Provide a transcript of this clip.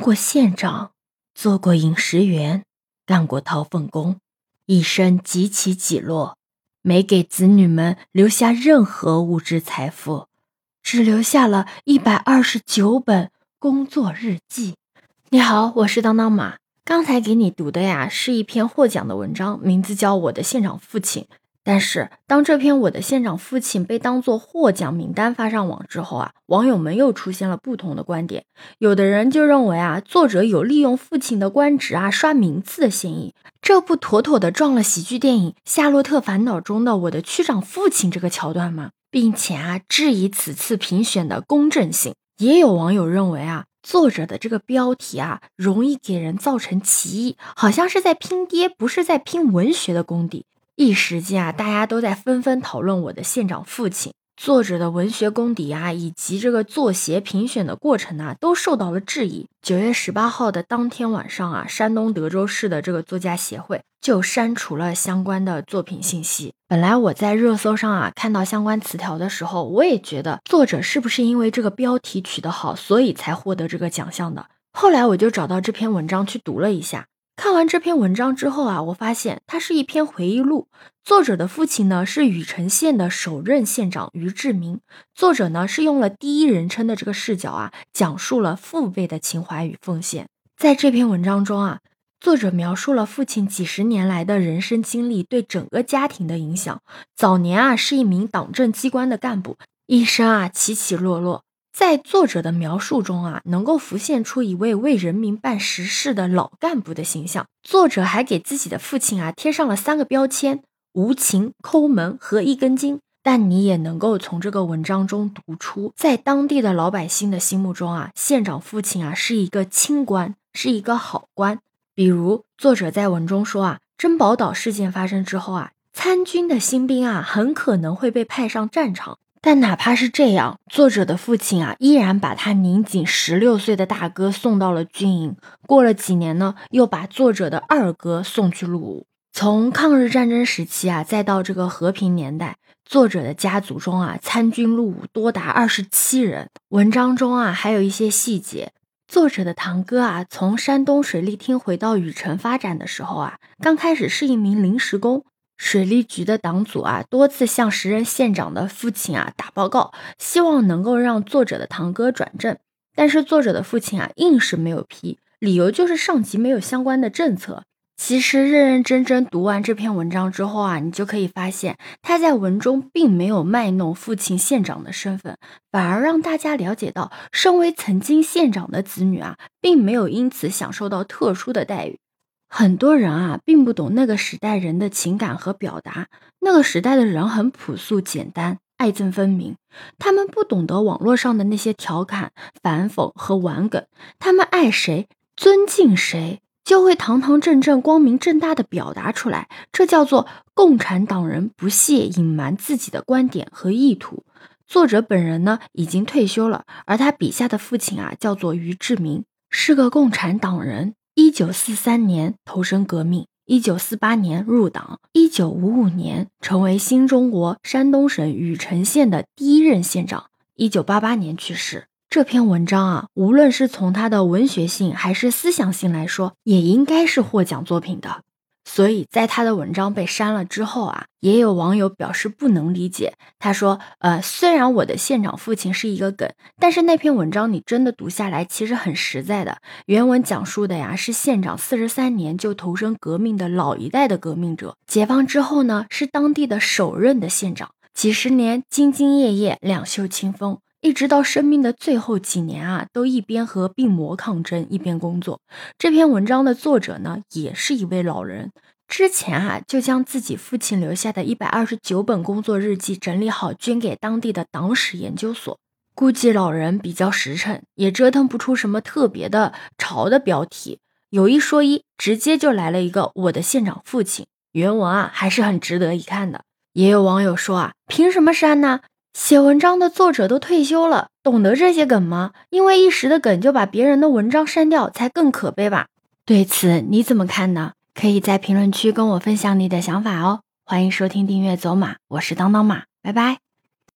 过县长，做过饮食员，干过掏粪工，一生极起几落，没给子女们留下任何物质财富，只留下了129本工作日记。你好，我是当当马。刚才给你读的呀，是一篇获奖的文章，名字叫《我的县长父亲》。但是当这篇《我的县长父亲》被当作获奖名单发上网之后啊，网友们又出现了不同的观点。有的人就认为啊，作者有利用父亲的官职啊刷名次的嫌疑，这不妥妥的撞了喜剧电影《夏洛特烦恼》中的我的区长父亲这个桥段吗？并且啊质疑此次评选的公正性。也有网友认为啊，作者的这个标题啊容易给人造成歧义，好像是在拼爹，不是在拼文学的功底。一时间啊，大家都在纷纷讨论我的县长父亲。作者的文学功底啊，以及这个作协评选的过程啊，都受到了质疑。9月18号的当天晚上啊，山东德州市的这个作家协会就删除了相关的作品信息。本来我在热搜上啊看到相关词条的时候，我也觉得作者是不是因为这个标题取得好，所以才获得这个奖项的。后来我就找到这篇文章去读了一下。看完这篇文章之后啊，我发现它是一篇回忆录。作者的父亲呢是禹城县的首任县长于志明。作者呢是用了第一人称的这个视角啊，讲述了父辈的情怀与奉献。在这篇文章中啊，作者描述了父亲几十年来的人生经历对整个家庭的影响。早年啊是一名党政机关的干部，一生啊起起落落。在作者的描述中啊，能够浮现出一位为人民办实事的老干部的形象。作者还给自己的父亲啊贴上了3个标签：无情、抠门和一根筋。但你也能够从这个文章中读出，在当地的老百姓的心目中啊，县长父亲啊是一个清官，是一个好官。比如作者在文中说啊，珍宝岛事件发生之后啊，参军的新兵啊很可能会被派上战场。但哪怕是这样，作者的父亲啊，依然把他年仅16岁的大哥送到了军营。过了几年呢，又把作者的二哥送去入伍。从抗日战争时期啊，再到这个和平年代，作者的家族中啊，参军入伍多达27人。文章中啊，还有一些细节。作者的堂哥啊，从山东水利厅回到禹城发展的时候啊，刚开始是一名临时工。水利局的党组啊，多次向时任县长的父亲啊打报告，希望能够让作者的堂哥转正，但是作者的父亲啊硬是没有批，理由就是上级没有相关的政策。其实认认真真读完这篇文章之后啊，你就可以发现他在文中并没有卖弄父亲县长的身份，反而让大家了解到身为曾经县长的子女啊，并没有因此享受到特殊的待遇。很多人啊，并不懂那个时代人的情感和表达。那个时代的人很朴素简单，爱憎分明。他们不懂得网络上的那些调侃、反讽和玩梗。他们爱谁，尊敬谁，就会堂堂正正、光明正大的表达出来。这叫做共产党人不屑隐瞒自己的观点和意图。作者本人呢，已经退休了，而他笔下的父亲啊，叫做于志明，是个共产党人。1943年投身革命，1948年入党，1955年成为新中国山东省禹城县的第一任县长，1988年去世。这篇文章啊，无论是从它的文学性还是思想性来说，也应该是获奖作品的。所以在他的文章被删了之后啊，也有网友表示不能理解。他说虽然我的县长父亲是一个梗，但是那篇文章你真的读下来其实很实在的。原文讲述的呀是县长43年就投身革命的老一代的革命者，解放之后呢是当地的首任的县长，几十年兢兢业业，两袖清风，一直到生命的最后几年啊，都一边和病魔抗争，一边工作。这篇文章的作者呢，也是一位老人。之前啊，就将自己父亲留下的129本工作日记整理好，捐给当地的党史研究所。估计老人比较实诚，也折腾不出什么特别的潮的标题。有一说一，直接就来了一个我的县长父亲。原文啊，还是很值得一看的。也有网友说啊，凭什么删呢？写文章的作者都退休了，懂得这些梗吗？因为一时的梗就把别人的文章删掉，才更可悲吧？对此你怎么看呢？可以在评论区跟我分享你的想法哦。欢迎收听订阅走马，我是当当马，拜拜。